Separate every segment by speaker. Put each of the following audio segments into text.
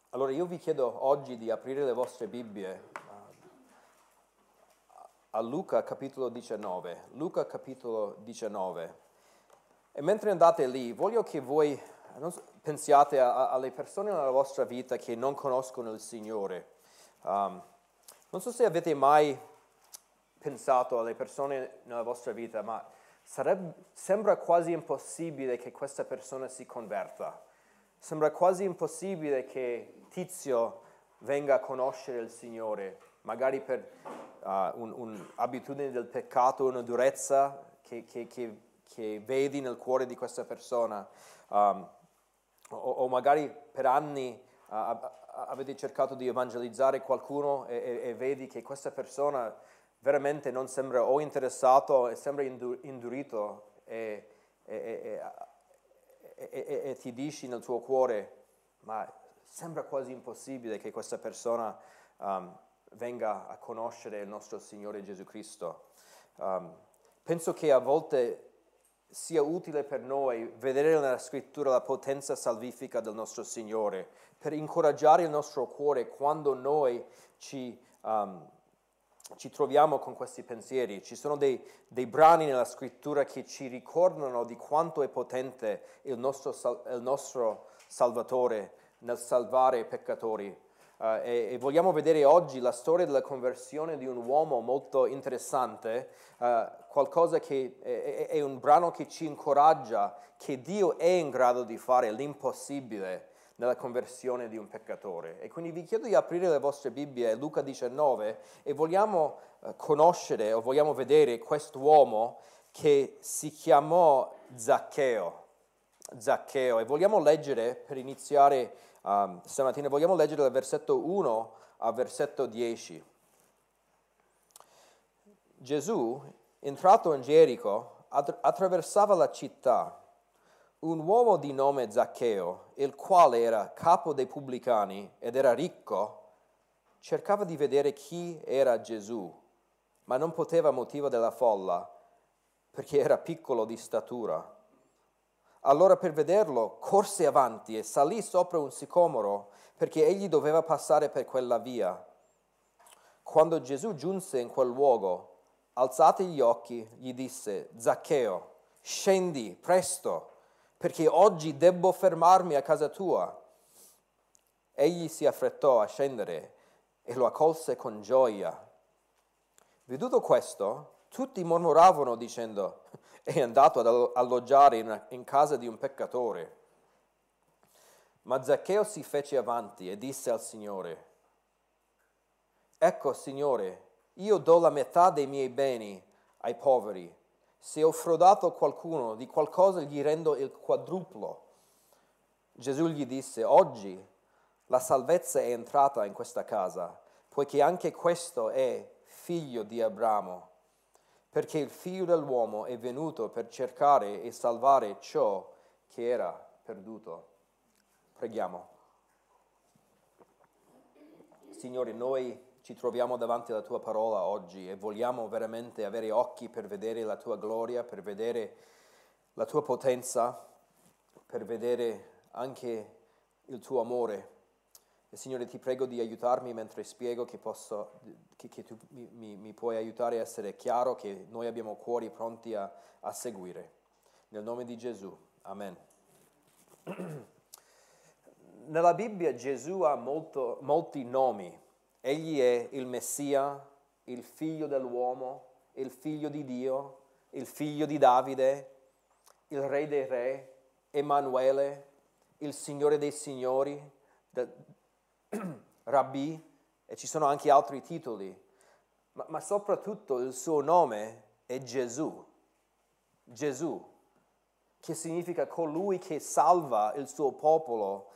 Speaker 1: Allora io vi chiedo oggi di aprire le vostre Bibbie a Luca capitolo 19. Luca capitolo 19. E mentre andate lì, voglio che voi pensiate alle persone nella vostra vita che non conoscono il Signore. Non so se avete mai pensato alle persone nella vostra vita, ma sembra quasi impossibile che questa persona si converta. Sembra quasi impossibile che Tizio venga a conoscere il Signore, magari per un'abitudine del peccato, una durezza che vedi nel cuore di questa persona, o magari per anni avete cercato di evangelizzare qualcuno e vedi che questa persona veramente non sembra o interessato e sembra indurito e ti dici nel tuo cuore, ma sembra quasi impossibile che questa persona venga a conoscere il nostro Signore Gesù Cristo. Penso che a volte sia utile per noi vedere nella Scrittura la potenza salvifica del nostro Signore, per incoraggiare il nostro cuore quando noi ci troviamo con questi pensieri. Ci sono dei brani nella Scrittura che ci ricordano di quanto è potente il nostro Salvatore nel salvare i peccatori. E vogliamo vedere oggi la storia della conversione di un uomo molto interessante, qualcosa che è un brano che ci incoraggia che Dio è in grado di fare l'impossibile nella conversione di un peccatore. E quindi vi chiedo di aprire le vostre Bibbie a Luca 19 e vogliamo conoscere o vogliamo vedere quest'uomo che si chiamò Zaccheo. E vogliamo leggere, per iniziare stamattina, vogliamo leggere dal versetto 1 al versetto 10. Gesù, entrato in Gerico, attraversava la città. Un uomo di nome Zaccheo, il quale era capo dei pubblicani ed era ricco, cercava di vedere chi era Gesù, ma non poteva a motivo della folla, perché era piccolo di statura. Allora per vederlo corse avanti e salì sopra un sicomoro, perché egli doveva passare per quella via. Quando Gesù giunse in quel luogo, alzati gli occhi, gli disse: Zaccheo, scendi presto, perché oggi debbo fermarmi a casa tua. Egli si affrettò a scendere e lo accolse con gioia. Veduto questo, tutti mormoravano dicendo: è andato ad alloggiare in casa di un peccatore. Ma Zaccheo si fece avanti e disse al Signore: ecco, Signore, io do la metà dei miei beni ai poveri. Se ho frodato qualcuno di qualcosa gli rendo il quadruplo. Gesù gli disse: oggi la salvezza è entrata in questa casa, poiché anche questo è figlio di Abramo, perché il figlio dell'uomo è venuto per cercare e salvare ciò che era perduto. Preghiamo. Signore, noi ci troviamo davanti alla tua parola oggi e vogliamo veramente avere occhi per vedere la tua gloria, per vedere la tua potenza, per vedere anche il tuo amore. E Signore, ti prego di aiutarmi mentre spiego che tu mi puoi aiutare a essere chiaro, che noi abbiamo cuori pronti a seguire. Nel nome di Gesù. Amen. Nella Bibbia Gesù ha molti nomi. Egli è il Messia, il figlio dell'uomo, il figlio di Dio, il figlio di Davide, il re dei re, Emanuele, il Signore dei signori, Rabbi, e ci sono anche altri titoli, ma soprattutto il suo nome è Gesù, che significa colui che salva il suo popolo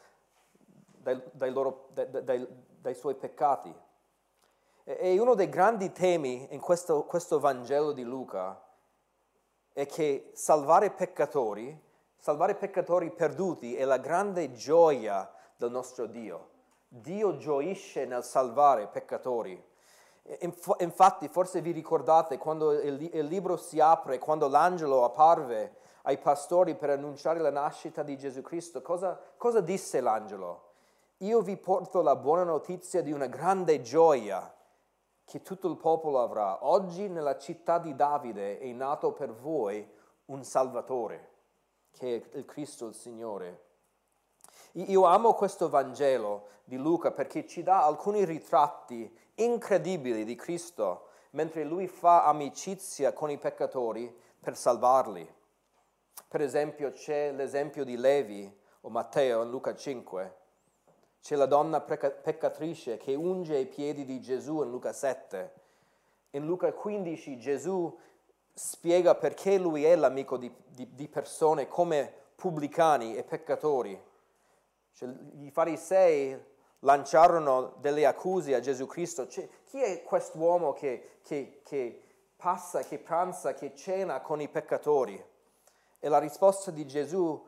Speaker 1: dai suoi peccati. E uno dei grandi temi in questo Vangelo di Luca è che salvare peccatori perduti è la grande gioia del nostro Dio. Dio gioisce nel salvare peccatori. Infatti, forse vi ricordate quando il libro si apre, quando l'angelo apparve ai pastori per annunciare la nascita di Gesù Cristo, cosa disse l'angelo? io vi porto la buona notizia di una grande gioia che tutto il popolo avrà. Oggi nella città di Davide è nato per voi un Salvatore, che è il Cristo, il Signore. Io amo questo Vangelo di Luca perché ci dà alcuni ritratti incredibili di Cristo mentre lui fa amicizia con i peccatori per salvarli. Per esempio c'è l'esempio di Levi o Matteo in Luca 5. C'è la donna peccatrice che unge i piedi di Gesù in Luca 7. In Luca 15 Gesù spiega perché lui è l'amico di persone come pubblicani e peccatori. Cioè, i farisei lanciarono delle accuse a Gesù Cristo. Chi è quest'uomo che passa, che pranza, che cena con i peccatori? E la risposta di Gesù,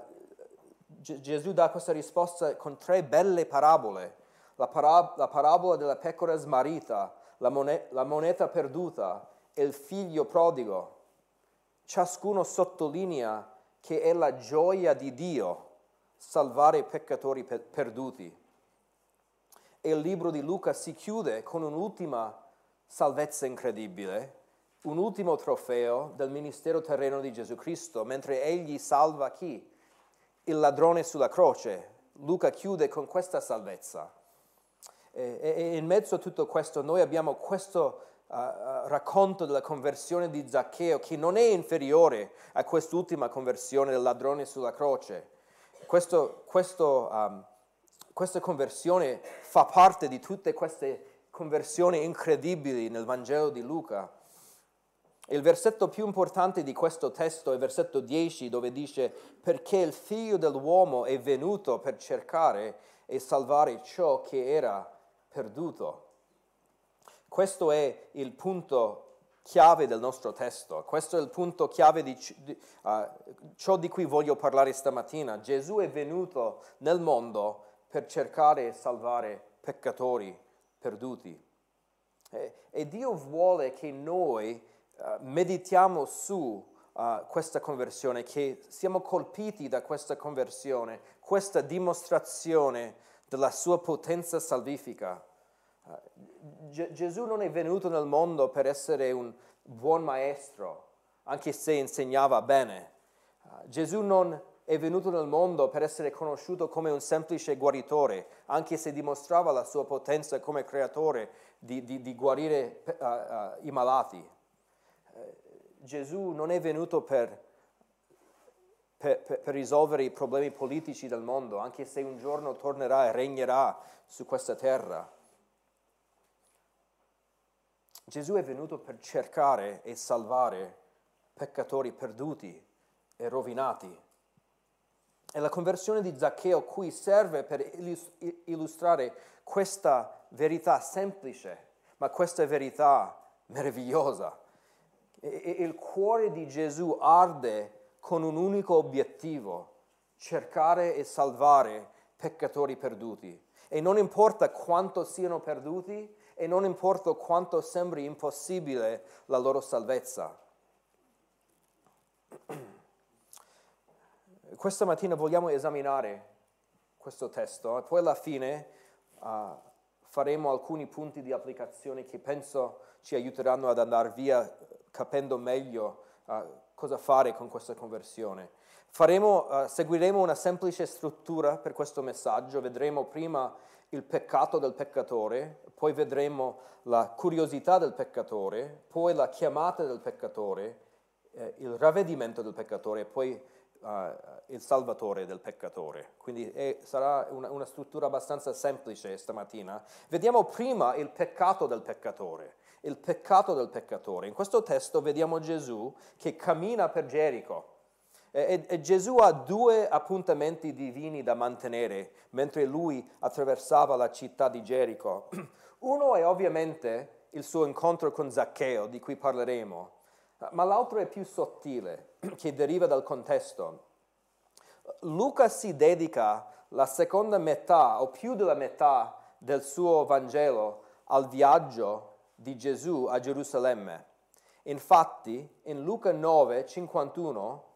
Speaker 1: Gesù dà questa risposta con 3 belle parabole. La parabola della pecora smarrita, la moneta perduta e il figlio prodigo. Ciascuno sottolinea che è la gioia di Dio salvare i peccatori perduti. E il libro di Luca si chiude con un'ultima salvezza incredibile, un ultimo trofeo del ministero terreno di Gesù Cristo, mentre egli salva chi? Il ladrone sulla croce. Luca chiude con questa salvezza. E in mezzo a tutto questo noi abbiamo questo racconto della conversione di Zaccheo che non è inferiore a quest'ultima conversione del ladrone sulla croce. Questa conversione fa parte di tutte queste conversioni incredibili nel Vangelo di Luca. Il versetto più importante di questo testo è il versetto 10, dove dice: perché il figlio dell'uomo è venuto per cercare e salvare ciò che era perduto. Questo è il punto chiave del nostro testo. Questo è il punto chiave di ciò di cui voglio parlare stamattina. Gesù è venuto nel mondo per cercare e salvare peccatori perduti. E Dio vuole che noi meditiamo su questa conversione, che siamo colpiti da questa conversione, questa dimostrazione della sua potenza salvifica. Gesù non è venuto nel mondo per essere un buon maestro, anche se insegnava bene. Gesù non è venuto nel mondo per essere conosciuto come un semplice guaritore, anche se dimostrava la sua potenza come creatore di guarire i malati. Gesù non è venuto per risolvere i problemi politici del mondo, anche se un giorno tornerà e regnerà su questa terra. Gesù è venuto per cercare e salvare peccatori perduti e rovinati. E la conversione di Zaccheo qui serve per illustrare questa verità semplice, ma questa verità meravigliosa. E il cuore di Gesù arde con un unico obiettivo: cercare e salvare peccatori perduti. E non importa quanto siano perduti, e non importa quanto sembri impossibile la loro salvezza. Questa mattina vogliamo esaminare questo testo e poi alla fine faremo alcuni punti di applicazione che penso ci aiuteranno ad andare via capendo meglio cosa fare con questa conversione. Seguiremo una semplice struttura per questo messaggio. Vedremo prima il peccato del peccatore, poi vedremo la curiosità del peccatore, poi la chiamata del peccatore, il ravvedimento del peccatore e poi il salvatore del peccatore. Quindi sarà una struttura abbastanza semplice stamattina. Vediamo prima il peccato del peccatore. Il peccato del peccatore. In questo testo vediamo Gesù che cammina per Gerico. E Gesù ha 2 appuntamenti divini da mantenere mentre lui attraversava la città di Gerico. Uno è ovviamente il suo incontro con Zaccheo, di cui parleremo, ma l'altro è più sottile, che deriva dal contesto. Luca si dedica la seconda metà o più della metà del suo Vangelo al viaggio di Gesù a Gerusalemme. Infatti, in Luca 9:51,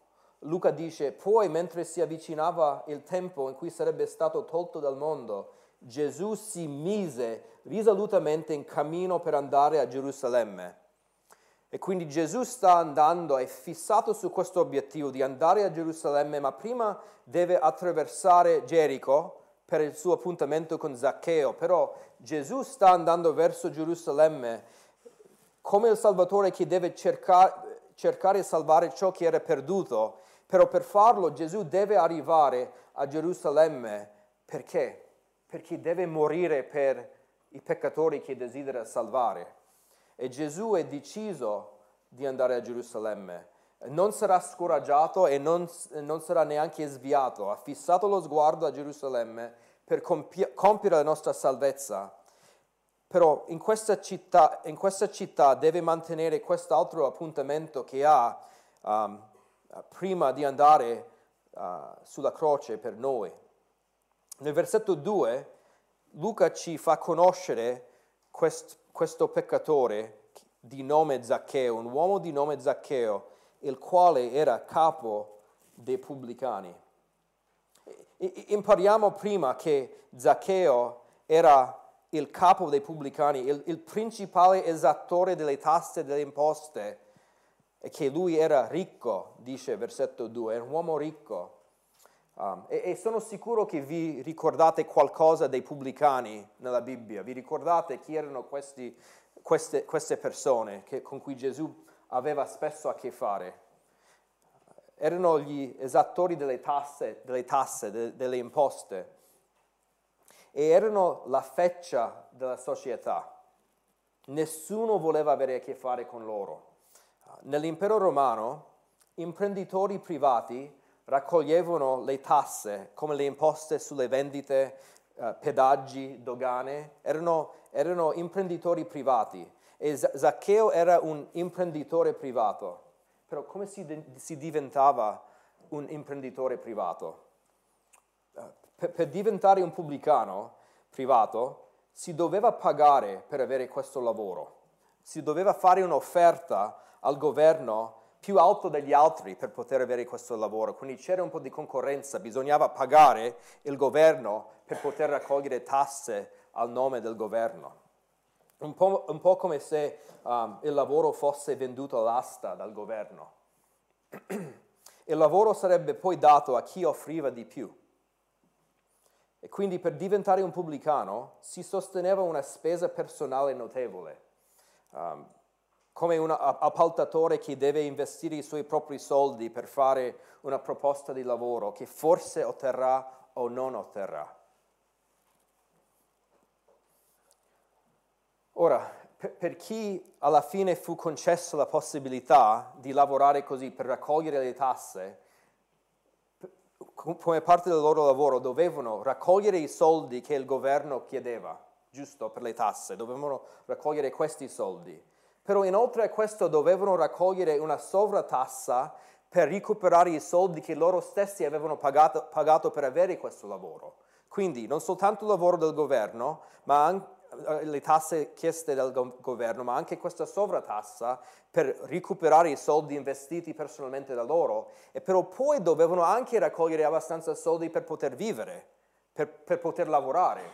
Speaker 1: Luca dice, poi mentre si avvicinava il tempo in cui sarebbe stato tolto dal mondo, Gesù si mise risolutamente in cammino per andare a Gerusalemme. E quindi Gesù sta andando, è fissato su questo obiettivo di andare a Gerusalemme, ma prima deve attraversare Gerico per il suo appuntamento con Zaccheo. Però Gesù sta andando verso Gerusalemme come il Salvatore che deve cercare di salvare ciò che era perduto. Però per farlo Gesù deve arrivare a Gerusalemme. Perché? Perché deve morire per i peccatori che desidera salvare. E Gesù è deciso di andare a Gerusalemme. Non sarà scoraggiato e non sarà neanche sviato. Ha fissato lo sguardo a Gerusalemme per compiere la nostra salvezza. Però in questa città deve mantenere quest'altro appuntamento che ha prima di andare sulla croce per noi. Nel versetto 2 Luca ci fa conoscere questo peccatore di nome Zaccheo, un uomo di nome Zaccheo, il quale era capo dei pubblicani. Impariamo prima che Zaccheo era il capo dei pubblicani, il principale esattore delle tasse e delle imposte, e che lui era ricco, dice versetto 2, era un uomo ricco. E sono sicuro che vi ricordate qualcosa dei pubblicani nella Bibbia, vi ricordate chi erano queste persone con cui Gesù aveva spesso a che fare. Erano gli esattori delle tasse, delle imposte, e erano la feccia della società. Nessuno voleva avere a che fare con loro. Nell'impero romano, imprenditori privati raccoglievano le tasse, come le imposte sulle vendite, pedaggi, dogane, erano imprenditori privati. E Zaccheo era un imprenditore privato. Però come si diventava un imprenditore privato? Per diventare un pubblicano privato si doveva pagare per avere questo lavoro. Si doveva fare un'offerta al governo più alto degli altri per poter avere questo lavoro. Quindi c'era un po' di concorrenza, bisognava pagare il governo per poter raccogliere tasse al nome del governo. Un po' come se il lavoro fosse venduto all'asta dal governo. Il lavoro sarebbe poi dato a chi offriva di più. E quindi per diventare un pubblicano si sosteneva una spesa personale notevole. Come un appaltatore che deve investire i suoi propri soldi per fare una proposta di lavoro che forse otterrà o non otterrà. Ora, per chi alla fine fu concessa la possibilità di lavorare così per raccogliere le tasse, come parte del loro lavoro dovevano raccogliere i soldi che il governo chiedeva, giusto, per le tasse, dovevano raccogliere questi soldi. Però inoltre a questo dovevano raccogliere una sovratassa per recuperare i soldi che loro stessi avevano pagato per avere questo lavoro. Quindi non soltanto il lavoro del governo, ma anche le tasse chieste dal governo, ma anche questa sovratassa per recuperare i soldi investiti personalmente da loro. E però poi dovevano anche raccogliere abbastanza soldi per poter vivere, per poter lavorare.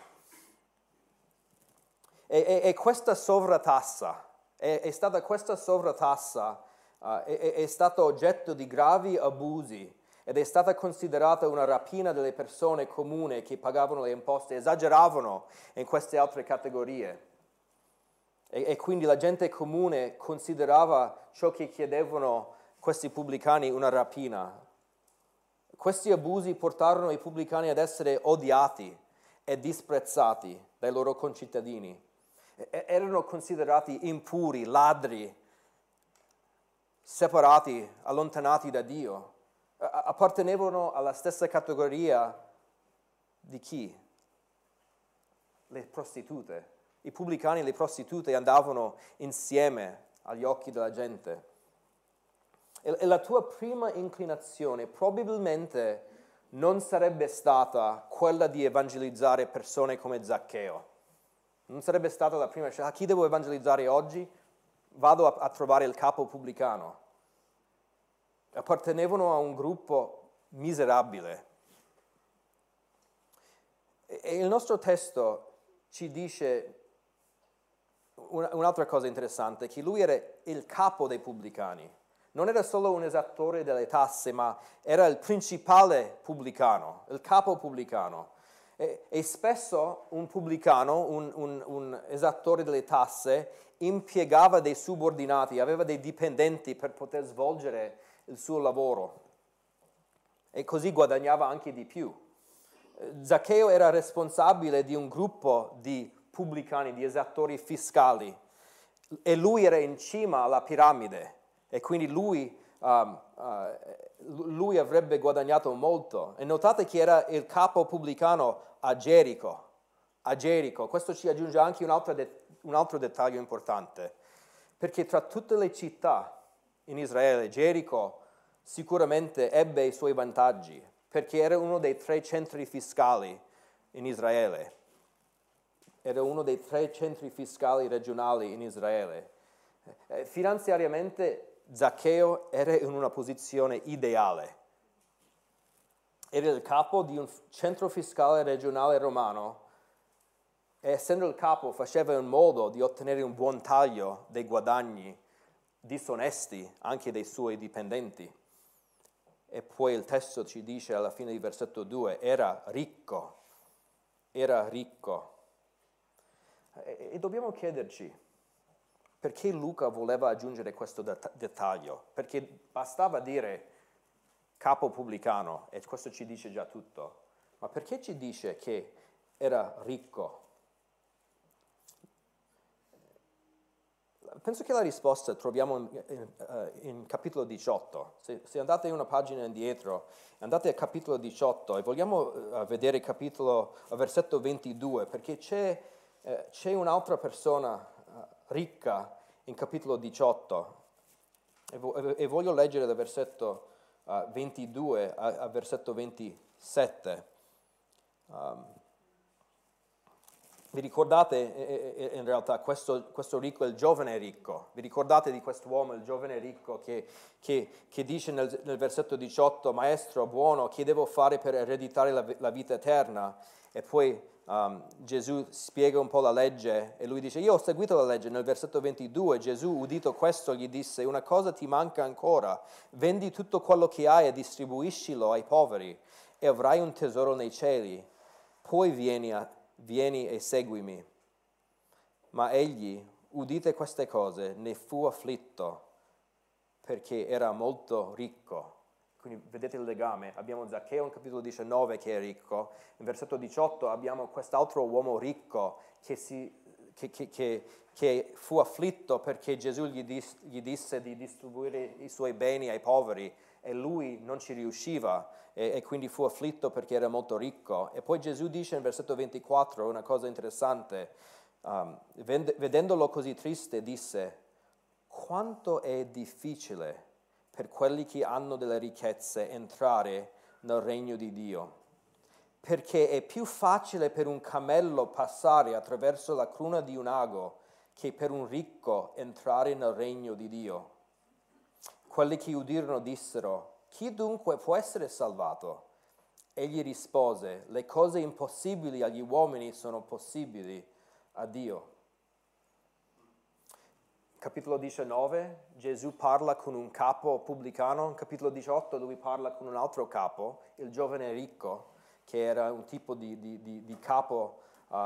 Speaker 1: E questa sovratassa, è stata questa sovratassa, è stato oggetto di gravi abusi ed è stata considerata una rapina delle persone comuni che pagavano le imposte, esageravano in queste altre categorie. E quindi la gente comune considerava ciò che chiedevano questi pubblicani una rapina. Questi abusi portarono i pubblicani ad essere odiati e disprezzati dai loro concittadini. Erano considerati impuri, ladri, separati, allontanati da Dio. Appartenevano alla stessa categoria di chi? Le prostitute. I pubblicani e le prostitute andavano insieme agli occhi della gente. E la tua prima inclinazione probabilmente non sarebbe stata quella di evangelizzare persone come Zaccheo. Non sarebbe stata la prima scelta. Chi devo evangelizzare oggi? Vado a trovare il capo pubblicano. appartenevano a un gruppo miserabile. E il nostro testo ci dice un'altra cosa interessante, che lui era il capo dei pubblicani. Non era solo un esattore delle tasse, ma era il principale pubblicano, il capo pubblicano. E spesso un pubblicano, un esattore delle tasse, impiegava dei subordinati, aveva dei dipendenti per poter svolgere il suo lavoro. E così guadagnava anche di più. Zaccheo era responsabile di un gruppo di pubblicani, di esattori fiscali, e lui era in cima alla piramide, e quindi lui avrebbe guadagnato molto. E notate che era il capo pubblicano a Gerico. Questo ci aggiunge anche un altro dettaglio importante, perché tra tutte le città in Israele, Gerico sicuramente ebbe i suoi vantaggi, perché era uno dei 3 centri fiscali in Israele. Era uno dei 3 centri fiscali regionali in Israele. Finanziariamente Zaccheo era in una posizione ideale. Era il capo di un centro fiscale regionale romano e essendo il capo faceva in modo di ottenere un buon taglio dei guadagni disonesti anche dei suoi dipendenti. E poi il testo ci dice alla fine di versetto 2, era ricco. E dobbiamo chiederci perché Luca voleva aggiungere questo dettaglio, perché bastava dire capo pubblicano e questo ci dice già tutto, ma perché ci dice che era ricco? Penso che la risposta troviamo in capitolo 18. Se andate una pagina indietro, andate al capitolo 18 e vogliamo vedere versetto 22, perché c'è un'altra persona ricca in capitolo 18 e voglio leggere dal versetto 22 al versetto 27. Vi ricordate in realtà questo ricco è il giovane ricco? Vi ricordate di quest'uomo, il giovane ricco, che dice nel versetto 18, Maestro buono, che devo fare per ereditare la vita eterna? E poi Gesù spiega un po' la legge e lui dice, io ho seguito la legge. Nel versetto 22 Gesù, udito questo, gli disse, una cosa ti manca ancora, vendi tutto quello che hai e distribuiscilo ai poveri e avrai un tesoro nei cieli. Poi vieni e seguimi. Ma egli, udite queste cose, ne fu afflitto perché era molto ricco. Quindi vedete il legame, abbiamo Zaccheo in capitolo 19 che è ricco, in versetto 18 abbiamo quest'altro uomo ricco che fu afflitto perché Gesù gli disse di distribuire i suoi beni ai poveri e lui non ci riusciva e quindi fu afflitto perché era molto ricco. E poi Gesù dice in versetto 24 una cosa interessante, vedendolo così triste disse, quanto è difficile per quelli che hanno delle ricchezze entrare nel regno di Dio, perché è più facile per un cammello passare attraverso la cruna di un ago che per un ricco entrare nel regno di Dio. Quelli che udirono dissero, chi dunque può essere salvato? Egli rispose, le cose impossibili agli uomini sono possibili a Dio. Capitolo 19, Gesù parla con un capo pubblicano. In capitolo 18 lui parla con un altro capo, il giovane ricco, che era un tipo di capo.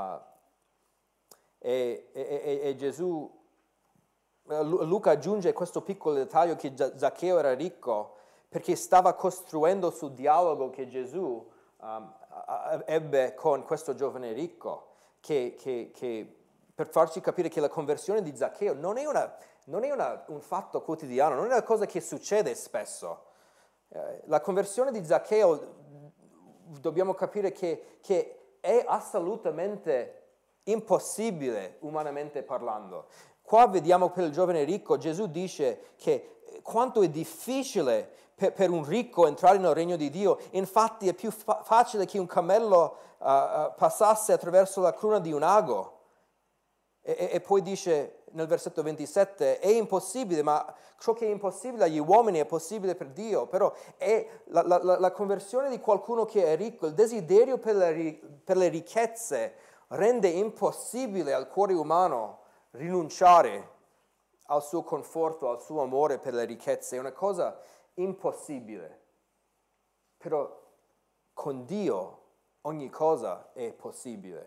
Speaker 1: E Gesù, Luca aggiunge questo piccolo dettaglio che Zaccheo era ricco perché stava costruendo sul dialogo che Gesù ebbe con questo giovane ricco, che per farci capire che la conversione di Zaccheo non è un fatto quotidiano, non è una cosa che succede spesso. La conversione di Zaccheo dobbiamo capire che è assolutamente impossibile umanamente parlando. Qua vediamo per il giovane ricco, Gesù dice che quanto è difficile per un ricco entrare nel regno di Dio. Infatti è più facile che un cammello passasse attraverso la cruna di un ago. E poi dice nel versetto 27, è impossibile, ma ciò che è impossibile agli uomini è possibile per Dio. Però è la conversione di qualcuno che è ricco, il desiderio per le ricchezze rende impossibile al cuore umano rinunciare al suo conforto, al suo amore per le ricchezze. È una cosa impossibile. Però con Dio ogni cosa è possibile.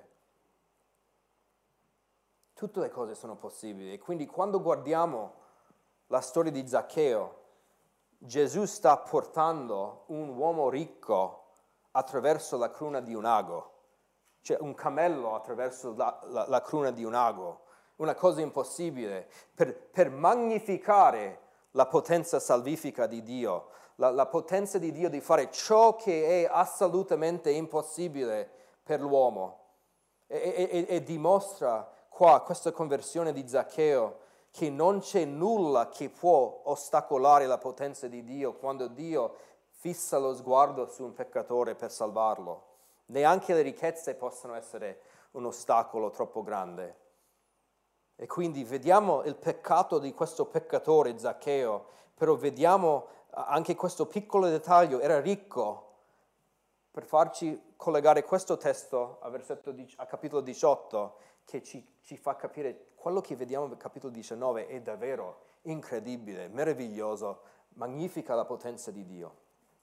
Speaker 1: Tutte le cose sono possibili. E quindi quando guardiamo la storia di Zaccheo, Gesù sta portando un uomo ricco attraverso la cruna di un ago, cioè un cammello attraverso la cruna di un ago, una cosa impossibile, per magnificare la potenza salvifica di Dio, la potenza di Dio di fare ciò che è assolutamente impossibile per l'uomo. E dimostra qua questa conversione di Zaccheo che non c'è nulla che può ostacolare la potenza di Dio quando Dio fissa lo sguardo su un peccatore per salvarlo. Neanche le ricchezze possono essere un ostacolo troppo grande. E quindi vediamo il peccato di questo peccatore Zaccheo, però vediamo anche questo piccolo dettaglio, era ricco, per farci collegare questo testo a capitolo 18, che ci fa capire quello che vediamo nel capitolo 19 è davvero incredibile, meraviglioso, magnifica la potenza di Dio.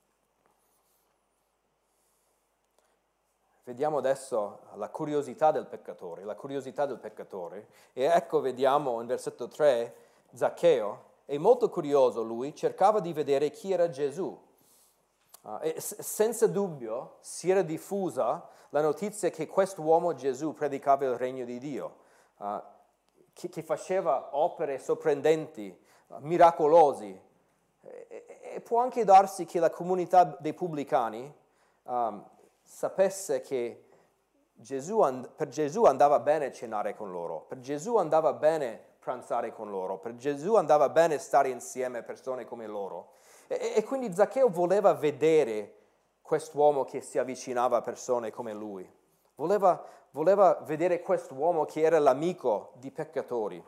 Speaker 1: Vediamo adesso la curiosità del peccatore, e ecco vediamo in versetto 3 Zaccheo, è molto curioso lui, cercava di vedere chi era Gesù. E senza dubbio si era diffusa la notizia che quest'uomo Gesù predicava il regno di Dio, che faceva opere sorprendenti, miracolosi. E può anche darsi che la comunità dei pubblicani sapesse che per Gesù andava bene cenare con loro, per Gesù andava bene pranzare con loro, per Gesù andava bene stare insieme a persone come loro. E quindi Zaccheo voleva vedere quest'uomo che si avvicinava a persone come lui. Voleva vedere quest'uomo che era l'amico di peccatori.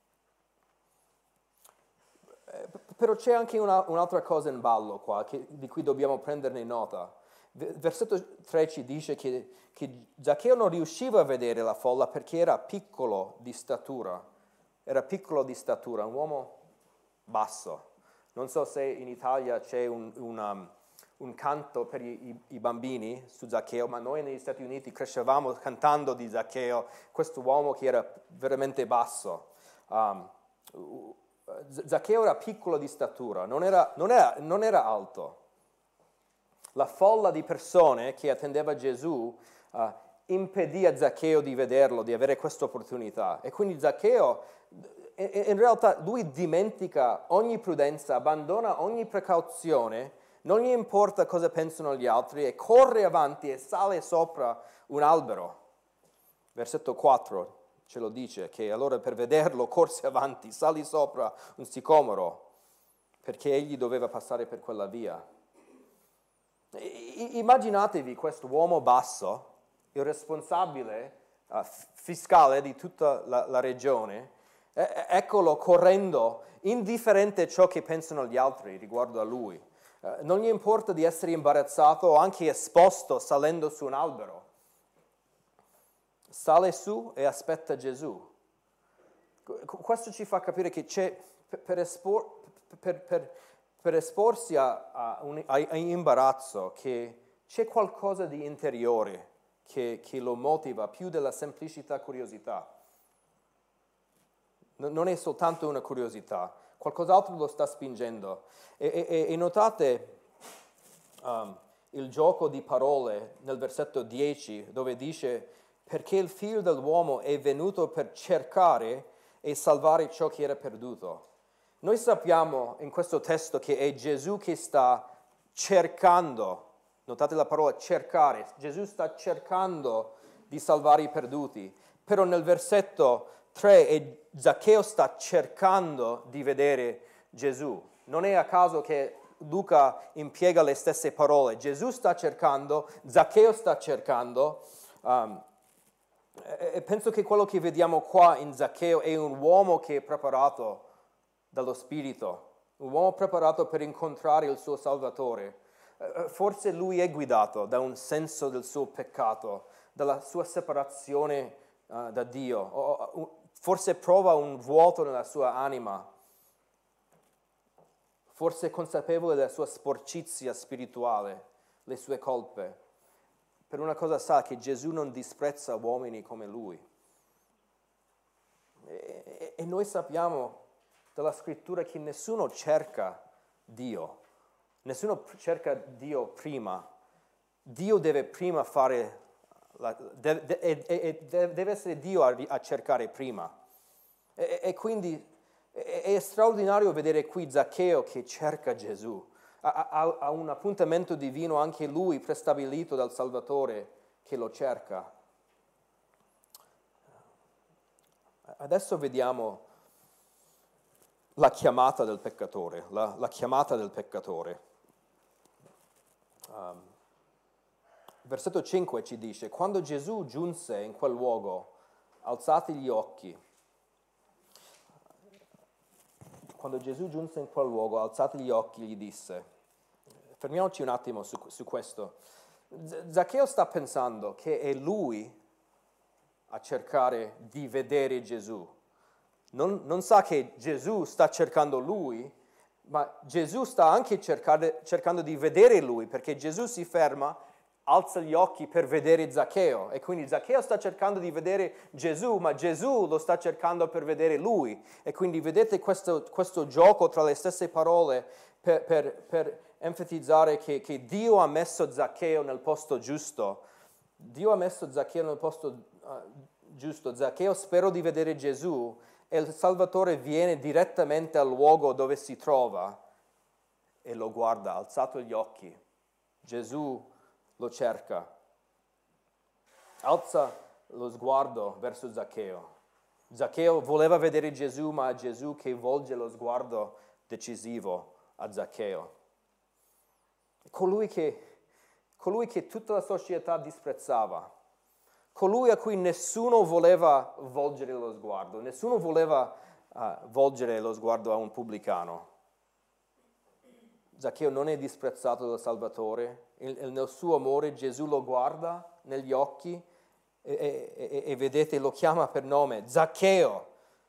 Speaker 1: Però c'è anche un'altra cosa in ballo qua, di cui dobbiamo prenderne nota. Versetto 3 ci dice che Zaccheo non riusciva a vedere la folla perché era piccolo di statura. Era piccolo di statura, un uomo basso. Non so se in Italia c'è un canto per i bambini su Zaccheo, ma noi negli Stati Uniti crescevamo cantando di Zaccheo, questo uomo che era veramente basso. Zaccheo era piccolo di statura, non era alto. La folla di persone che attendeva Gesù impedì a Zaccheo di vederlo, di avere questa opportunità. E quindi Zaccheo, in realtà, lui dimentica ogni prudenza, abbandona ogni precauzione, non gli importa cosa pensano gli altri e corre avanti e sale sopra un albero. Versetto 4 ce lo dice, che allora per vederlo corse avanti, salì sopra un sicomoro, perché egli doveva passare per quella via. Immaginatevi questo uomo basso, il responsabile fiscale di tutta la regione, eccolo correndo, indifferente a ciò che pensano gli altri riguardo a lui. Non gli importa di essere imbarazzato o anche esposto salendo su un albero. Sale su e aspetta Gesù. Questo ci fa capire che c'è, per esporsi a imbarazzo, che c'è qualcosa di interiore che lo motiva più della semplicità curiosità. Non è soltanto una curiosità, qualcos'altro lo sta spingendo. E notate il gioco di parole nel versetto 10, dove dice: perché il figlio dell'uomo è venuto per cercare e salvare ciò che era perduto. Noi sappiamo in questo testo che è Gesù che sta cercando, notate la parola cercare, Gesù sta cercando di salvare i perduti, però nel versetto 3 Zaccheo sta cercando di vedere Gesù. Non è a caso che Luca impiega le stesse parole. Gesù sta cercando, Zaccheo sta cercando, E penso che quello che vediamo qua in Zaccheo è un uomo che è preparato dallo Spirito, un uomo preparato per incontrare il suo Salvatore. Forse lui è guidato da un senso del suo peccato, dalla sua separazione da Dio, forse prova un vuoto nella sua anima, forse è consapevole della sua sporcizia spirituale, le sue colpe. Per una cosa sa, che Gesù non disprezza uomini come lui. E noi sappiamo dalla scrittura che nessuno cerca Dio, nessuno cerca Dio prima. Dio deve prima fare, deve essere Dio a cercare prima. E quindi è straordinario vedere qui Zaccheo che cerca Gesù. Ha un appuntamento divino anche lui, prestabilito dal Salvatore, che lo cerca. Adesso vediamo la chiamata del peccatore, la chiamata del peccatore. Versetto 5 ci dice: quando Gesù giunse in quel luogo, alzati gli occhi. Quando Gesù giunse in quel luogo, alzati gli occhi, gli disse. Fermiamoci un attimo su questo. Zaccheo sta pensando che è lui a cercare di vedere Gesù. Non sa che Gesù sta cercando lui, ma Gesù sta anche cercando di vedere lui, perché Gesù si ferma, alza gli occhi per vedere Zaccheo, e quindi Zaccheo sta cercando di vedere Gesù, ma Gesù lo sta cercando per vedere lui. E quindi vedete questo gioco tra le stesse parole per enfatizzare che Dio ha messo Zaccheo nel posto giusto. Dio ha messo Zaccheo nel posto giusto. Zaccheo spero di vedere Gesù, e il Salvatore viene direttamente al luogo dove si trova e lo guarda, alzato gli occhi. Gesù lo cerca. Alza lo sguardo verso Zaccheo. Zaccheo voleva vedere Gesù, ma è Gesù che volge lo sguardo decisivo a Zaccheo. Colui che tutta la società disprezzava, colui a cui nessuno voleva volgere lo sguardo, nessuno voleva volgere lo sguardo a un pubblicano. Zaccheo non è disprezzato dal Salvatore, nel suo amore Gesù lo guarda negli occhi e vedete, lo chiama per nome: Zaccheo,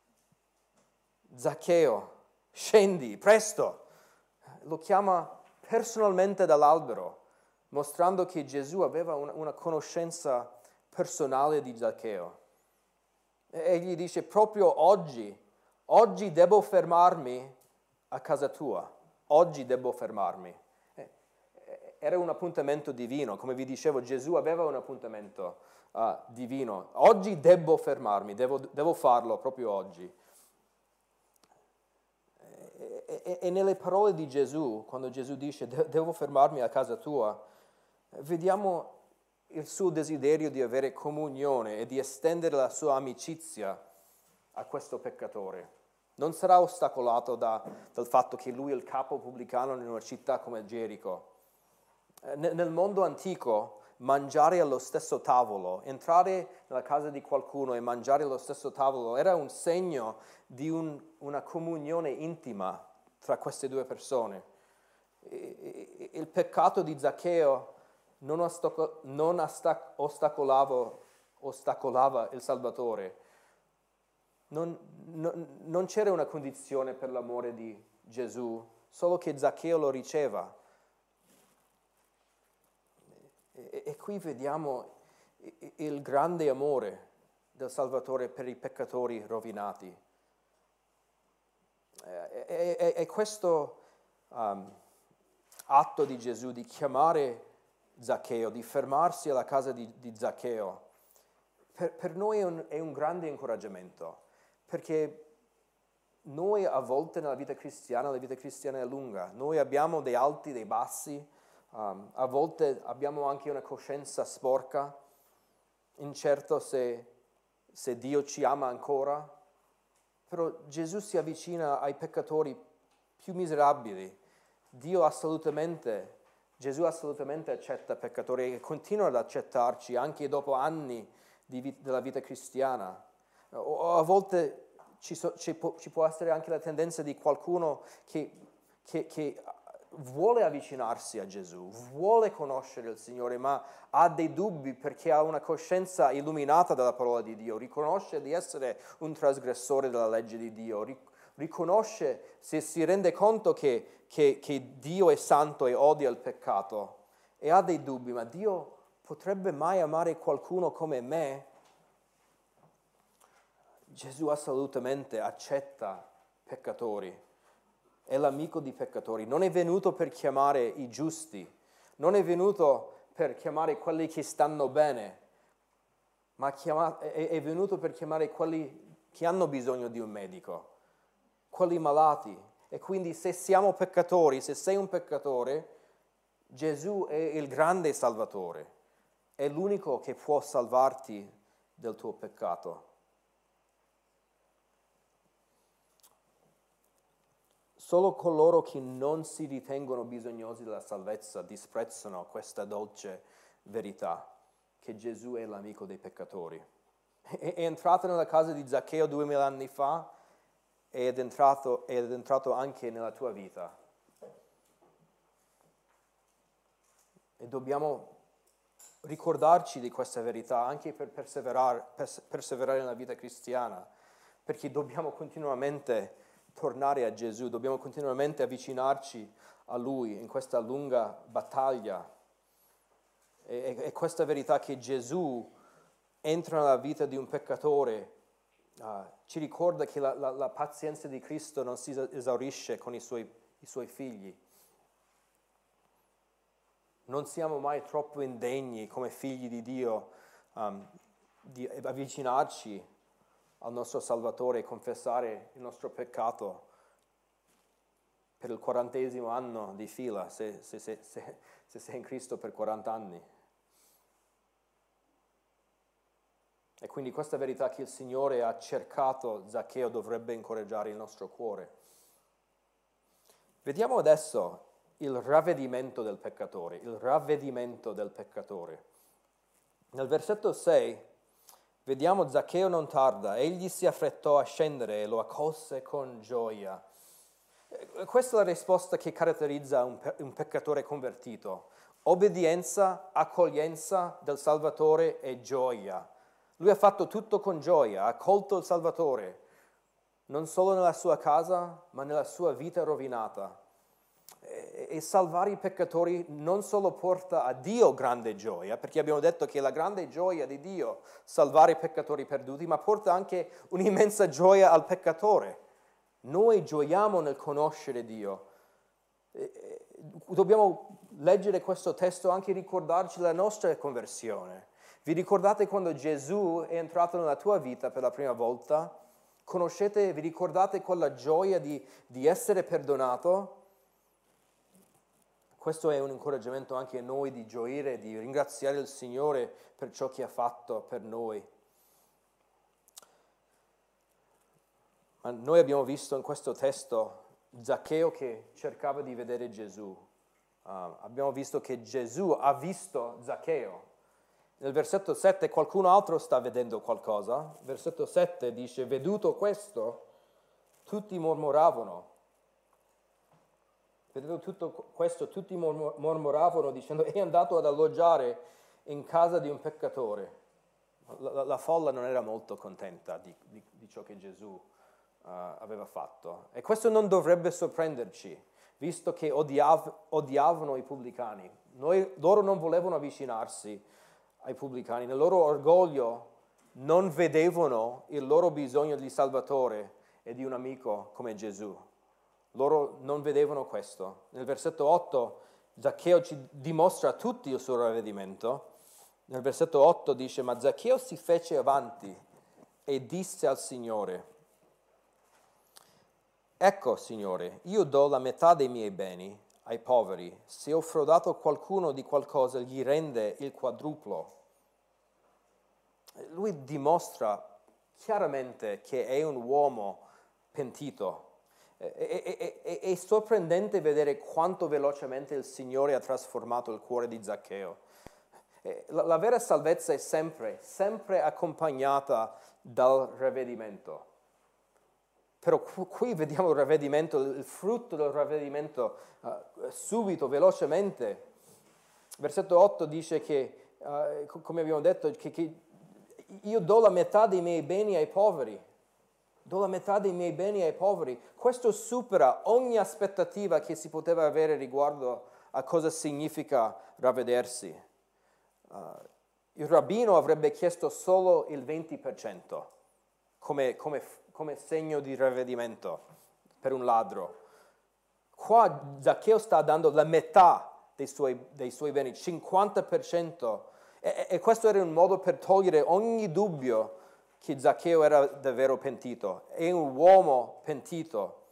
Speaker 1: Zaccheo, scendi, presto. Lo chiama personalmente dall'albero, mostrando che Gesù aveva una conoscenza personale di Zaccheo. E gli dice: proprio oggi devo fermarmi a casa tua, oggi devo fermarmi. Era un appuntamento divino, come vi dicevo, Gesù aveva un appuntamento divino. Oggi devo fermarmi, devo farlo proprio oggi. E nelle parole di Gesù, quando Gesù dice devo fermarmi a casa tua, vediamo il suo desiderio di avere comunione e di estendere la sua amicizia a questo peccatore. Non sarà ostacolato dal fatto che lui è il capo pubblicano in una città come Gerico. Nel mondo antico, mangiare allo stesso tavolo, entrare nella casa di qualcuno e mangiare allo stesso tavolo era un segno di una comunione intima tra queste due persone. Il peccato di Zaccheo non ostacolava il Salvatore. Non c'era una condizione per l'amore di Gesù, solo che Zaccheo lo riceva. E qui vediamo il grande amore del Salvatore per i peccatori rovinati. E questo atto di Gesù di chiamare Zaccheo, di fermarsi alla casa di Zaccheo, per noi è un grande incoraggiamento, perché noi a volte nella vita cristiana, la vita cristiana è lunga, noi abbiamo dei alti, dei bassi, a volte abbiamo anche una coscienza sporca, incerto se Dio ci ama ancora, però Gesù si avvicina ai peccatori più miserabili. Gesù assolutamente accetta peccatori e continua ad accettarci anche dopo anni della vita cristiana. O a volte ci può essere anche la tendenza di qualcuno che vuole avvicinarsi a Gesù, vuole conoscere il Signore, ma ha dei dubbi perché ha una coscienza illuminata dalla parola di Dio, riconosce di essere un trasgressore della legge di Dio, riconosce, se si rende conto che Dio è santo e odia il peccato e ha dei dubbi, ma Dio potrebbe mai amare qualcuno come me? Gesù assolutamente accetta peccatori, è l'amico di peccatori, non è venuto per chiamare i giusti, non è venuto per chiamare quelli che stanno bene, ma è venuto per chiamare quelli che hanno bisogno di un medico, quelli malati. E quindi se siamo peccatori, se sei un peccatore, Gesù è il grande Salvatore, è l'unico che può salvarti del tuo peccato. Solo coloro che non si ritengono bisognosi della salvezza disprezzano questa dolce verità, che Gesù è l'amico dei peccatori. È entrato nella casa di Zaccheo 2000 anni fa ed è entrato anche nella tua vita. E dobbiamo ricordarci di questa verità anche per perseverare nella vita cristiana, perché dobbiamo continuamente tornare a Gesù, dobbiamo continuamente avvicinarci a Lui in questa lunga battaglia. E questa verità che Gesù entra nella vita di un peccatore ci ricorda che la pazienza di Cristo non si esaurisce con i suoi figli. Non siamo mai troppo indegni come figli di Dio di avvicinarci al nostro Salvatore e confessare il nostro peccato per il 40° anno di fila, se sei in Cristo per 40 anni. E quindi questa verità che il Signore ha cercato Zaccheo dovrebbe incoraggiare il nostro cuore. Vediamo adesso il ravvedimento del peccatore, il ravvedimento del peccatore. Nel versetto 6 vediamo Zaccheo non tarda, egli si affrettò a scendere e lo accolse con gioia. Questa è la risposta che caratterizza un peccatore convertito. Obbedienza, accoglienza del Salvatore e gioia. Lui ha fatto tutto con gioia, ha accolto il Salvatore, non solo nella sua casa, ma nella sua vita rovinata. E salvare i peccatori non solo porta a Dio grande gioia, perché abbiamo detto che è la grande gioia di Dio salvare i peccatori perduti, ma porta anche un'immensa gioia al peccatore. Noi gioiamo nel conoscere Dio. Dobbiamo leggere questo testo anche ricordarci della nostra conversione. Vi ricordate quando Gesù è entrato nella tua vita per la prima volta? Vi ricordate quella gioia di essere perdonato? Questo è un incoraggiamento anche a noi di gioire, di ringraziare il Signore per ciò che ha fatto per noi. Ma noi abbiamo visto in questo testo Zaccheo che cercava di vedere Gesù. Abbiamo visto che Gesù ha visto Zaccheo. Nel versetto 7 qualcun altro sta vedendo qualcosa. Versetto 7 dice, veduto questo, tutti mormoravano. Vedendo tutto questo, tutti mormoravano dicendo, è andato ad alloggiare in casa di un peccatore. La folla non era molto contenta di ciò che Gesù aveva fatto. E questo non dovrebbe sorprenderci, visto che odiavano i pubblicani. Loro non volevano avvicinarsi ai pubblicani. Nel loro orgoglio non vedevano il loro bisogno di Salvatore e di un amico come Gesù. Loro non vedevano questo. Nel versetto 8 Zaccheo ci dimostra a tutti il suo ravvedimento. Nel versetto 8 dice, ma Zaccheo si fece avanti e disse al Signore, ecco Signore, io do la metà dei miei beni ai poveri, se ho frodato qualcuno di qualcosa gli rende il quadruplo. Lui dimostra chiaramente che è un uomo pentito. È sorprendente vedere quanto velocemente il Signore ha trasformato il cuore di Zaccheo. La vera salvezza è sempre accompagnata dal ravvedimento. Però qui vediamo il ravvedimento, il frutto del ravvedimento subito, velocemente. Versetto 8 dice che, come abbiamo detto, che io do la metà dei miei beni ai poveri. Do la metà dei miei beni ai poveri. Questo supera ogni aspettativa che si poteva avere riguardo a cosa significa ravvedersi. Il rabbino avrebbe chiesto solo il 20% come segno di ravvedimento per un ladro. Qua Zaccheo sta dando la metà dei suoi beni, 50%. E questo era un modo per togliere ogni dubbio che Zaccheo era davvero pentito. È un uomo pentito.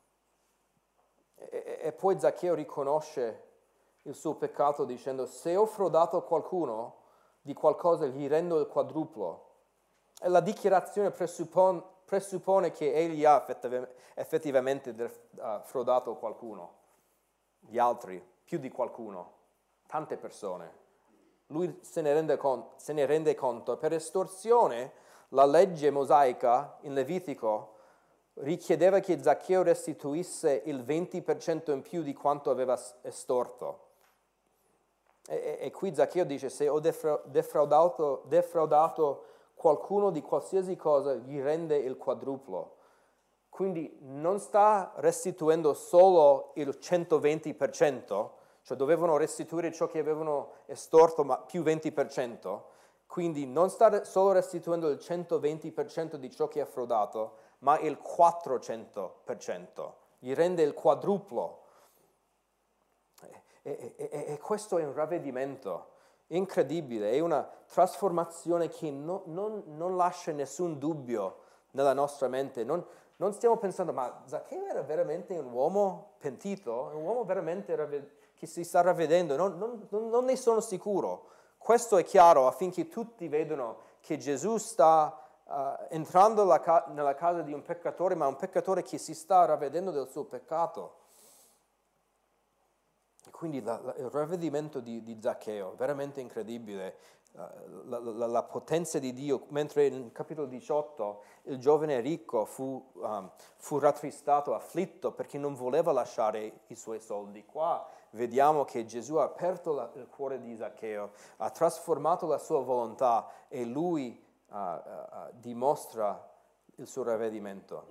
Speaker 1: E poi Zaccheo riconosce il suo peccato dicendo: se ho frodato qualcuno di qualcosa gli rendo il quadruplo. E la dichiarazione presuppone che egli ha effettivamente frodato qualcuno, gli altri, più di qualcuno, tante persone. Lui se ne rende conto. Per estorsione, la legge mosaica in Levitico richiedeva che Zaccheo restituisse il 20% in più di quanto aveva estorto. E qui Zaccheo dice: se ho defraudato qualcuno di qualsiasi cosa, gli rende il quadruplo. Quindi non sta restituendo solo il 120%, cioè dovevano restituire ciò che avevano estorto, ma più 20%. Quindi non sta solo restituendo il 120% di ciò che ha frodato, ma il 400%. Gli rende il quadruplo. E questo è un ravvedimento incredibile, è una trasformazione che non lascia nessun dubbio nella nostra mente. Non stiamo pensando: ma Zaccheo era veramente un uomo pentito? Un uomo veramente che si sta ravvedendo? Non ne sono sicuro. Questo è chiaro affinché tutti vedano che Gesù sta entrando nella casa di un peccatore, ma un peccatore che si sta ravvedendo del suo peccato. Quindi il ravvedimento di Zaccheo, veramente incredibile, la potenza di Dio, mentre nel capitolo 18 il giovane ricco fu rattristato, afflitto perché non voleva lasciare i suoi soldi. Qua vediamo che Gesù ha aperto il cuore di Zaccheo, ha trasformato la sua volontà e lui dimostra il suo ravvedimento.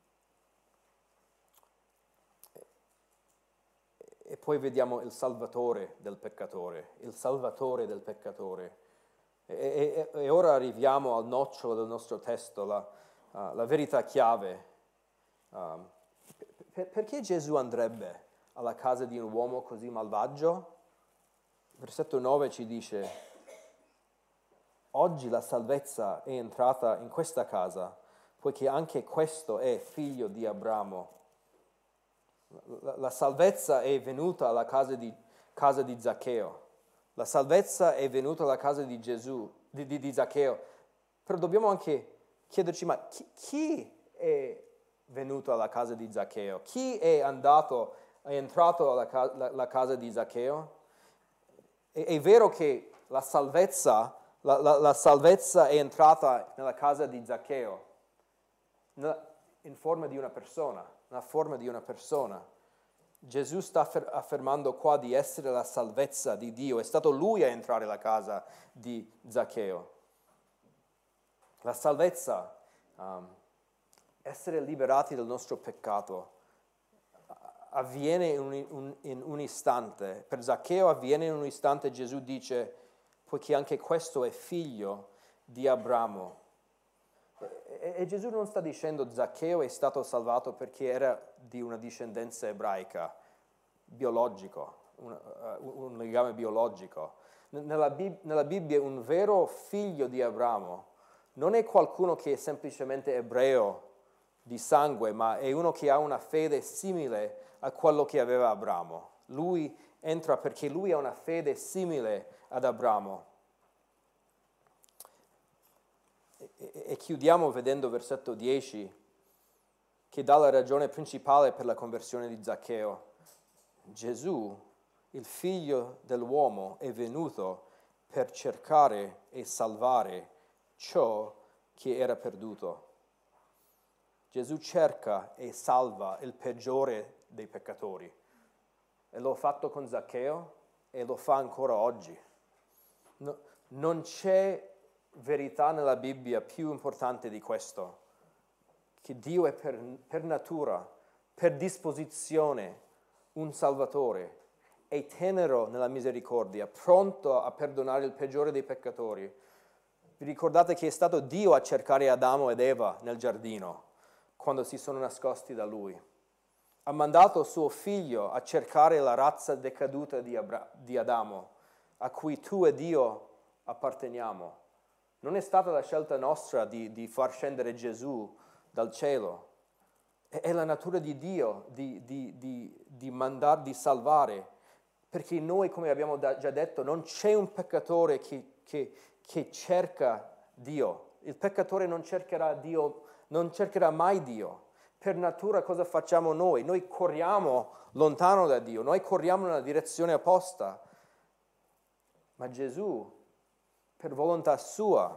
Speaker 1: E poi vediamo il Salvatore del peccatore, il Salvatore del peccatore. E ora arriviamo al nocciolo del nostro testo, la verità chiave. Perché Gesù andrebbe alla casa di un uomo così malvagio? Versetto 9 ci dice: oggi la salvezza è entrata in questa casa, poiché anche questo è figlio di Abramo. La salvezza è venuta alla casa di Zaccheo. La salvezza è venuta alla casa di Gesù, di Zaccheo. Però dobbiamo anche chiederci: ma chi è venuto alla casa di Zaccheo? Chi è entrato alla casa di Zaccheo? È vero che la salvezza è entrata nella casa di Zaccheo in forma di una persona. Una forma di una persona. Gesù sta affermando qua di essere la salvezza di Dio. È stato Lui a entrare alla casa di Zaccheo. La salvezza, essere liberati dal nostro peccato, avviene in un istante. Per Zaccheo avviene in un istante. Gesù dice: poiché anche questo è figlio di Abramo. E Gesù non sta dicendo Zaccheo è stato salvato perché era di una discendenza ebraica, biologico, un legame biologico. Nella Bibbia un vero figlio di Abramo non è qualcuno che è semplicemente ebreo di sangue, ma è uno che ha una fede simile a quello che aveva Abramo. Lui entra perché lui ha una fede simile ad Abramo. E chiudiamo vedendo versetto 10, che dà la ragione principale per la conversione di Zaccheo. Gesù, il figlio dell'uomo, è venuto per cercare e salvare ciò che era perduto. Gesù cerca e salva il peggiore dei peccatori. E lo ha fatto con Zaccheo e lo fa ancora oggi. Non c'è verità nella Bibbia più importante di questo, che Dio è per natura, per disposizione, un Salvatore, è tenero nella misericordia, pronto a perdonare il peggiore dei peccatori. Vi ricordate che è stato Dio a cercare Adamo ed Eva nel giardino, quando si sono nascosti da Lui. Ha mandato suo figlio a cercare la razza decaduta di Adamo, a cui tu ed io apparteniamo. Non è stata la scelta nostra di far scendere Gesù dal cielo. È la natura di Dio di salvare. Perché noi, come abbiamo già detto, non c'è un peccatore che cerca Dio. Il peccatore non cercherà Dio, non cercherà mai Dio. Per natura cosa facciamo noi? Noi corriamo lontano da Dio, noi corriamo nella direzione opposta. Ma Gesù, per volontà sua,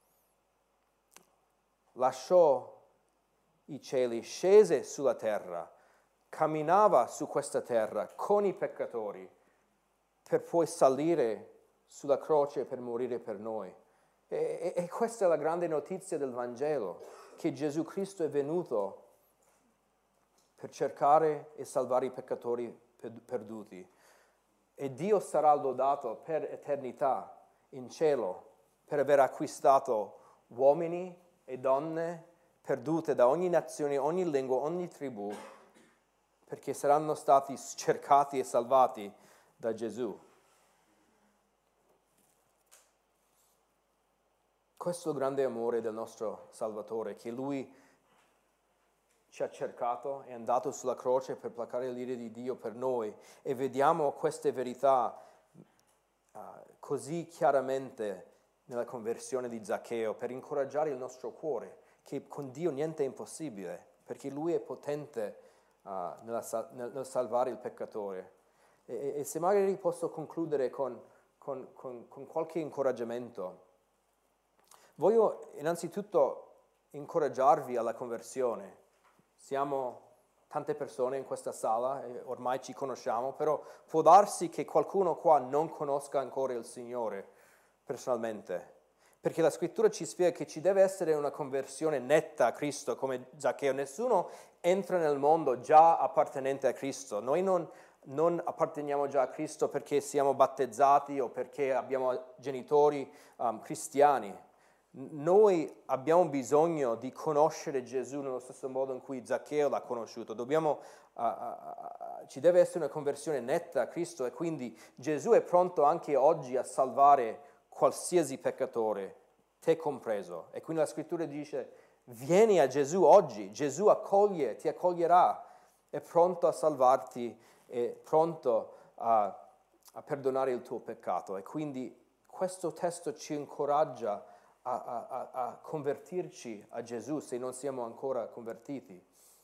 Speaker 1: lasciò i cieli, scese sulla terra, camminava su questa terra con i peccatori, per poi salire sulla croce per morire per noi. E questa è la grande notizia del Vangelo, che Gesù Cristo è venuto per cercare e salvare i peccatori perduti. E Dio sarà lodato per eternità in cielo per aver acquistato uomini e donne perdute da ogni nazione, ogni lingua, ogni tribù, perché saranno stati cercati e salvati da Gesù. Questo è il grande amore del nostro Salvatore, che Lui ci ha cercato, è andato sulla croce per placare l'ira di Dio per noi, e vediamo queste verità così chiaramente nella conversione di Zaccheo, per incoraggiare il nostro cuore, che con Dio niente è impossibile, perché Lui è potente nel salvare il peccatore. E se magari posso concludere con qualche incoraggiamento, voglio innanzitutto incoraggiarvi alla conversione. Siamo tante persone in questa sala e ormai ci conosciamo, però può darsi che qualcuno qua non conosca ancora il Signore personalmente, perché la Scrittura ci spiega che ci deve essere una conversione netta a Cristo, come Zaccheo. Nessuno entra nel mondo già appartenente a Cristo. Noi non apparteniamo già a Cristo perché siamo battezzati o perché abbiamo genitori cristiani. Noi abbiamo bisogno di conoscere Gesù nello stesso modo in cui Zaccheo l'ha conosciuto. Ci deve essere una conversione netta a Cristo, e quindi Gesù è pronto anche oggi a salvare qualsiasi peccatore, te compreso. E quindi la Scrittura dice: vieni a Gesù oggi, Gesù ti accoglierà, è pronto a salvarti, è pronto a perdonare il tuo peccato. E quindi questo testo ci incoraggia a convertirci a Gesù se non siamo ancora convertiti.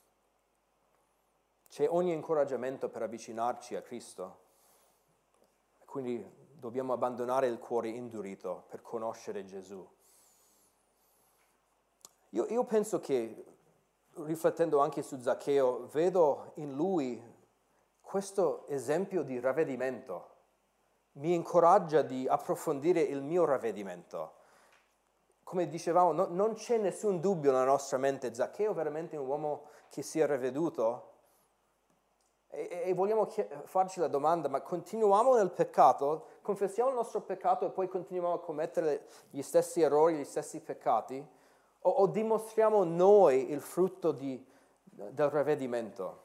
Speaker 1: C'è ogni incoraggiamento per avvicinarci a Cristo. Quindi dobbiamo abbandonare il cuore indurito per conoscere Gesù. Io penso che, riflettendo anche su Zaccheo, vedo in lui questo esempio di ravvedimento. Mi incoraggia di approfondire il mio ravvedimento. Come dicevamo, non c'è nessun dubbio nella nostra mente: Zaccheo è veramente un uomo che si è ravveduto? E vogliamo farci la domanda: ma continuiamo nel peccato? Confessiamo il nostro peccato e poi continuiamo a commettere gli stessi errori, gli stessi peccati? O dimostriamo noi il frutto del ravvedimento?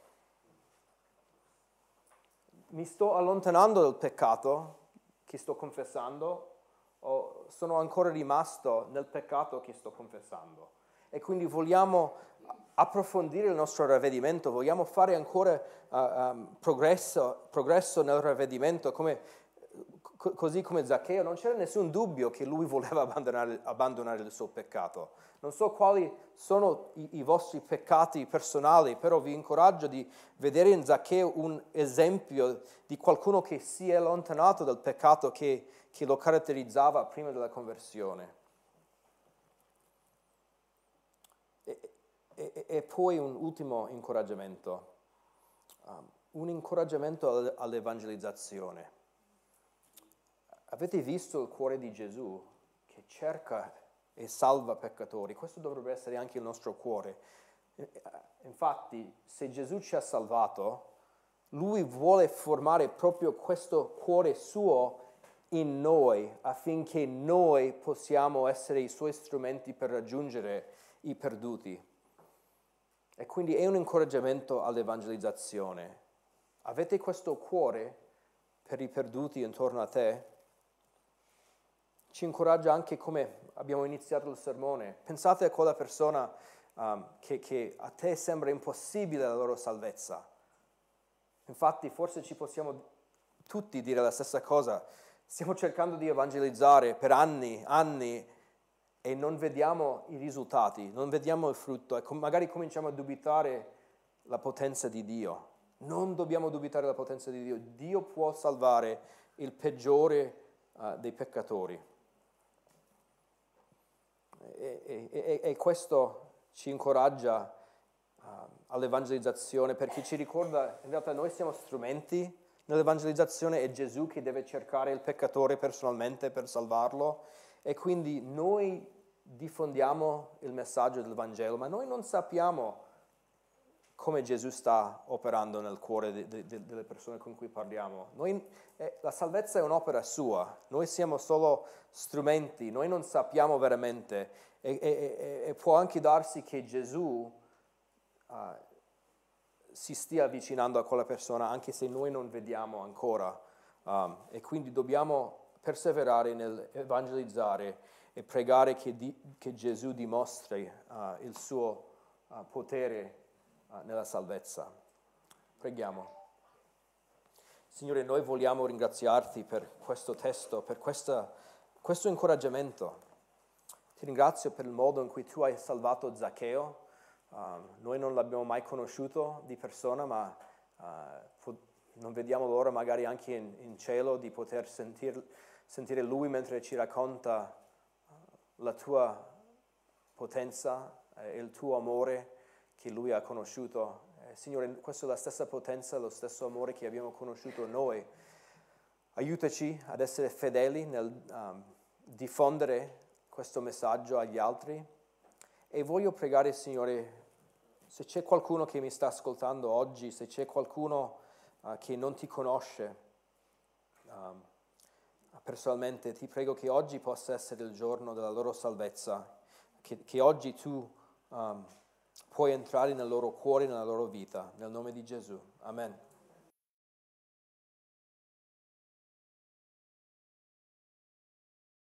Speaker 1: Mi sto allontanando dal peccato che sto confessando, o sono ancora rimasto nel peccato che sto confessando? E quindi vogliamo approfondire il nostro ravvedimento, vogliamo fare ancora progresso nel ravvedimento, come così come Zaccheo, non c'era nessun dubbio che lui voleva abbandonare il suo peccato. Non so quali sono i vostri peccati personali, però vi incoraggio di vedere in Zaccheo un esempio di qualcuno che si è allontanato dal peccato che lo caratterizzava prima della conversione. E poi un ultimo incoraggiamento, un incoraggiamento all'evangelizzazione. Avete visto il cuore di Gesù che cerca e salva peccatori? Questo dovrebbe essere anche il nostro cuore. Infatti, se Gesù ci ha salvato, Lui vuole formare proprio questo cuore suo in noi, affinché noi possiamo essere i Suoi strumenti per raggiungere i perduti. E quindi è un incoraggiamento all'evangelizzazione. Avete questo cuore per i perduti intorno a te? Ci incoraggia anche come abbiamo iniziato il sermone. Pensate a quella persona che a te sembra impossibile la loro salvezza. Infatti forse ci possiamo tutti dire la stessa cosa. Stiamo cercando di evangelizzare per anni e non vediamo i risultati, non vediamo il frutto e magari cominciamo a dubitare la potenza di Dio. Non dobbiamo dubitare la potenza di Dio. Dio può salvare il peggiore dei peccatori. E questo ci incoraggia all'evangelizzazione, perché ci ricorda, in realtà noi siamo strumenti nell'evangelizzazione, è Gesù che deve cercare il peccatore personalmente per salvarlo, e quindi noi diffondiamo il messaggio del Vangelo, ma noi non sappiamo come Gesù sta operando nel cuore delle persone con cui parliamo. La salvezza è un'opera sua, noi siamo solo strumenti, noi non sappiamo veramente, e può anche darsi che Gesù si stia avvicinando a quella persona anche se noi non vediamo ancora, e quindi dobbiamo perseverare nell'evangelizzare e pregare che Gesù dimostri il suo potere nella salvezza. Preghiamo. Signore, noi vogliamo ringraziarti per questo testo, per questo incoraggiamento. Ti ringrazio per il modo in cui tu hai salvato Zaccheo. Noi non l'abbiamo mai conosciuto di persona, ma non vediamo l'ora magari anche in cielo di poter sentire lui mentre ci racconta la tua potenza e il tuo amore che lui ha conosciuto. Signore, questa è la stessa potenza, lo stesso amore che abbiamo conosciuto noi. Aiutaci ad essere fedeli nel diffondere questo messaggio agli altri. E voglio pregare, Signore, se c'è qualcuno che mi sta ascoltando oggi, se c'è qualcuno che non ti conosce personalmente, ti prego che oggi possa essere il giorno della loro salvezza, che oggi tu puoi entrare nel loro cuore, nella loro vita, nel nome di Gesù. Amen.